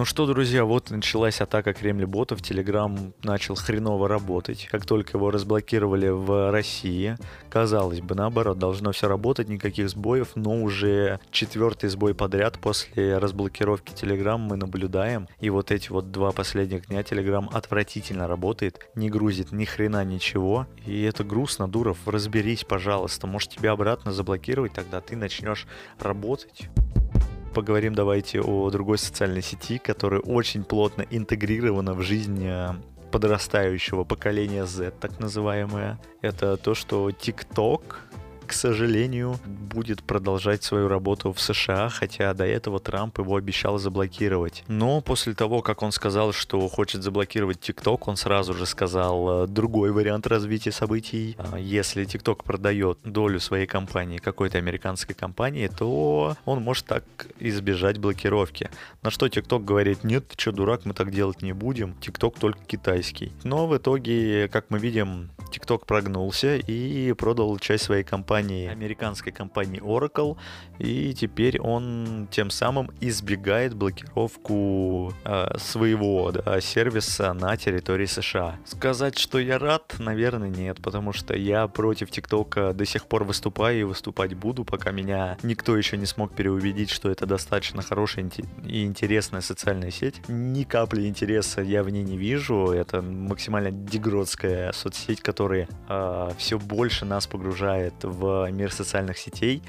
что, друзья, вот началась атака Кремль-ботов, Telegram начал хреново работать. Как только его разблокировали в России, казалось бы, наоборот, должно все работать, никаких сбоев, но уже четвертый сбой подряд после разблокировки Telegram мы наблюдаем. И вот эти вот 2 последних дня Telegram отвратительно работает, не грузит ни хрена ничего. И это грустно, Дуров, разберись, пожалуйста, может тебя обратно заблокировать, тогда ты начнешь работать. Поговорим давайте о другой социальной сети, которая очень плотно интегрирована в жизнь подрастающего поколения Z, так называемое. Это то, что TikTok, к сожалению, будет продолжать свою работу в США, хотя до этого Трамп его обещал заблокировать. Но после того, как он сказал, что хочет заблокировать TikTok, он сразу же сказал другой вариант развития событий. Если TikTok продает долю своей компании какой-то американской компании, то он может так избежать блокировки. На что TikTok говорит: нет, ты что, дурак, мы так делать не будем, TikTok только китайский. Но в итоге, как мы видим, TikTok прогнулся и продал часть своей компании американской компании Oracle, и теперь он тем самым избегает блокировку своего сервиса на территории США. Сказать, что я рад, наверное, нет, потому что я против ТикТока до сих пор выступаю и выступать буду, пока меня никто еще не смог переубедить, что это достаточно хорошая и интересная социальная сеть. Ни капли интереса я в ней не вижу, это максимально дегродская соцсеть, которая все больше нас погружает в мир социальных сетей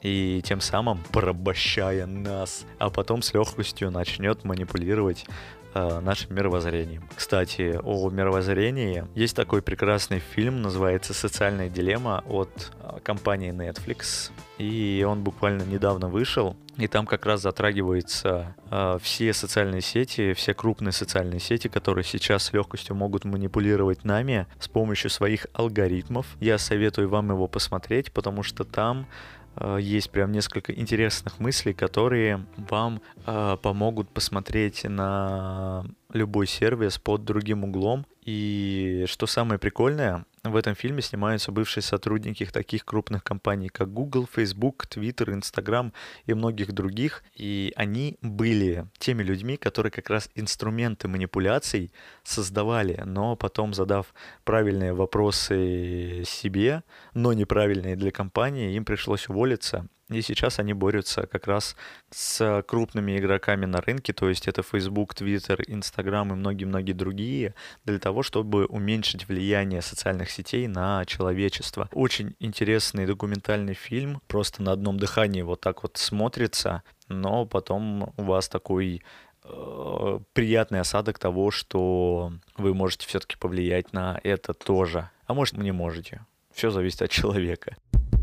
и тем самым порабощая нас, а потом с легкостью начнет манипулировать нашим мировоззрением. Кстати, о мировоззрении. Есть такой прекрасный фильм, называется «Социальная дилемма» от компании Netflix, и он буквально недавно вышел, и там как раз затрагиваются все социальные сети, все крупные социальные сети, которые сейчас с легкостью могут манипулировать нами с помощью своих алгоритмов. Я советую вам его посмотреть, потому что там есть прям несколько интересных мыслей, которые вам помогут посмотреть на любой сервис под другим углом. И что самое прикольное, в этом фильме снимаются бывшие сотрудники таких крупных компаний, как Google, Facebook, Twitter, Instagram и многих других. И они были теми людьми, которые как раз инструменты манипуляций создавали, но потом, задав правильные вопросы себе, но неправильные для компании, им пришлось уволиться. И сейчас они борются как раз с крупными игроками на рынке, то есть это Facebook, Twitter, Instagram и многие-многие другие, для того, чтобы уменьшить влияние социальных сетей на человечество. Очень интересный документальный фильм, просто на одном дыхании вот так вот смотрится, но потом у вас такой приятный осадок того, что вы можете все-таки повлиять на это тоже. А может, не можете. Все зависит от человека.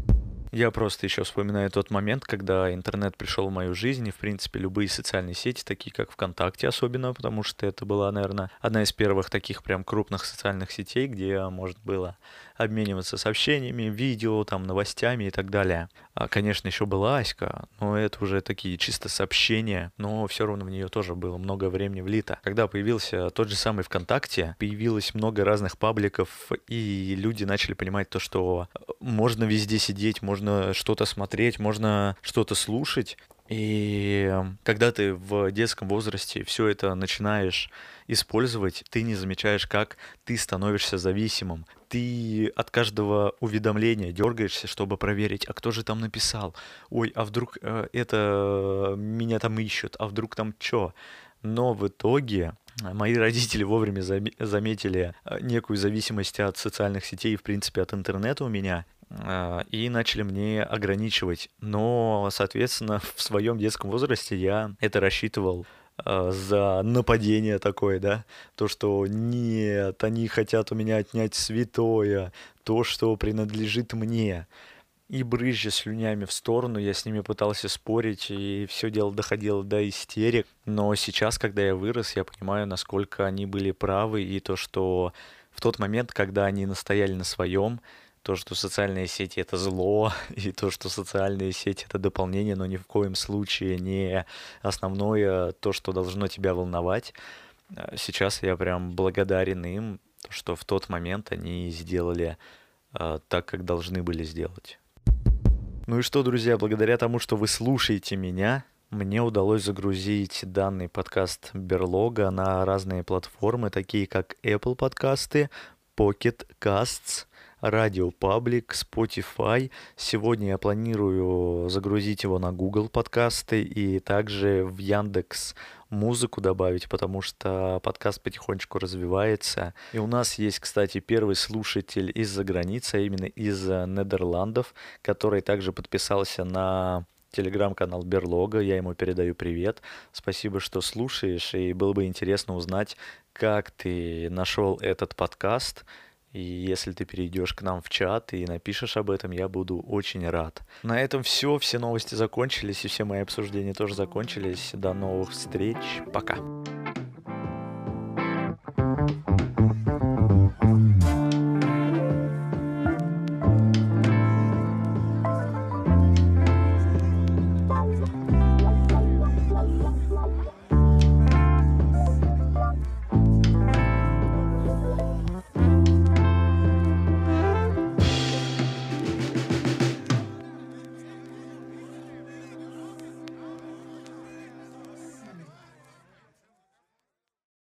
Я просто еще вспоминаю тот момент, когда интернет пришел в мою жизнь, и, в принципе, любые социальные сети, такие как ВКонтакте особенно, потому что это была, наверное, одна из первых таких прям крупных социальных сетей, где можно было обмениваться сообщениями, видео, там, новостями и так далее. Конечно, еще была Аська, но это уже такие чисто сообщения, но все равно в нее тоже было много времени влито. Когда появился тот же самый ВКонтакте, появилось много разных пабликов, и люди начали понимать то, что можно везде сидеть, можно что-то смотреть, можно что-то слушать. И когда ты в детском возрасте все это начинаешь использовать, ты не замечаешь, как ты становишься зависимым. Ты от каждого уведомления дергаешься, чтобы проверить, а кто же там написал? Ой, а вдруг это меня там ищут? А вдруг там что? Но в итоге мои родители вовремя заметили некую зависимость от социальных сетей, в принципе, от интернета у меня, и начали мне ограничивать. Но, соответственно, в своем детском возрасте я это рассчитывал за нападение такое, да, то, что нет, они хотят у меня отнять святое, то, что принадлежит мне. И брызжа слюнями в сторону, я с ними пытался спорить, и все дело доходило до истерик. Но сейчас, когда я вырос, я понимаю, насколько они были правы, и то, что в тот момент, когда они настояли на своем, то, что социальные сети — это зло, и то, что социальные сети — это дополнение, но ни в коем случае не основное, то, что должно тебя волновать. Сейчас я прям благодарен им, что в тот момент они сделали так, как должны были сделать. Ну и что, друзья, благодаря тому, что вы слушаете меня, Мне удалось загрузить данный подкаст Берлога на разные платформы, такие как Apple подкасты, Pocket Casts, Radio Public, Spotify. Сегодня я планирую загрузить его на Google подкасты и также в Яндекс музыку добавить, потому что подкаст потихонечку развивается. И у нас есть, кстати, первый слушатель из-за границы, а именно из Нидерландов, который также подписался на телеграм-канал Берлога, я ему передаю привет. Спасибо, что слушаешь, и было бы интересно узнать, как ты нашел этот подкаст. И если ты перейдешь к нам в чат и напишешь об этом, я буду очень рад. На этом все новости закончились, и все мои обсуждения тоже закончились. До новых встреч, пока.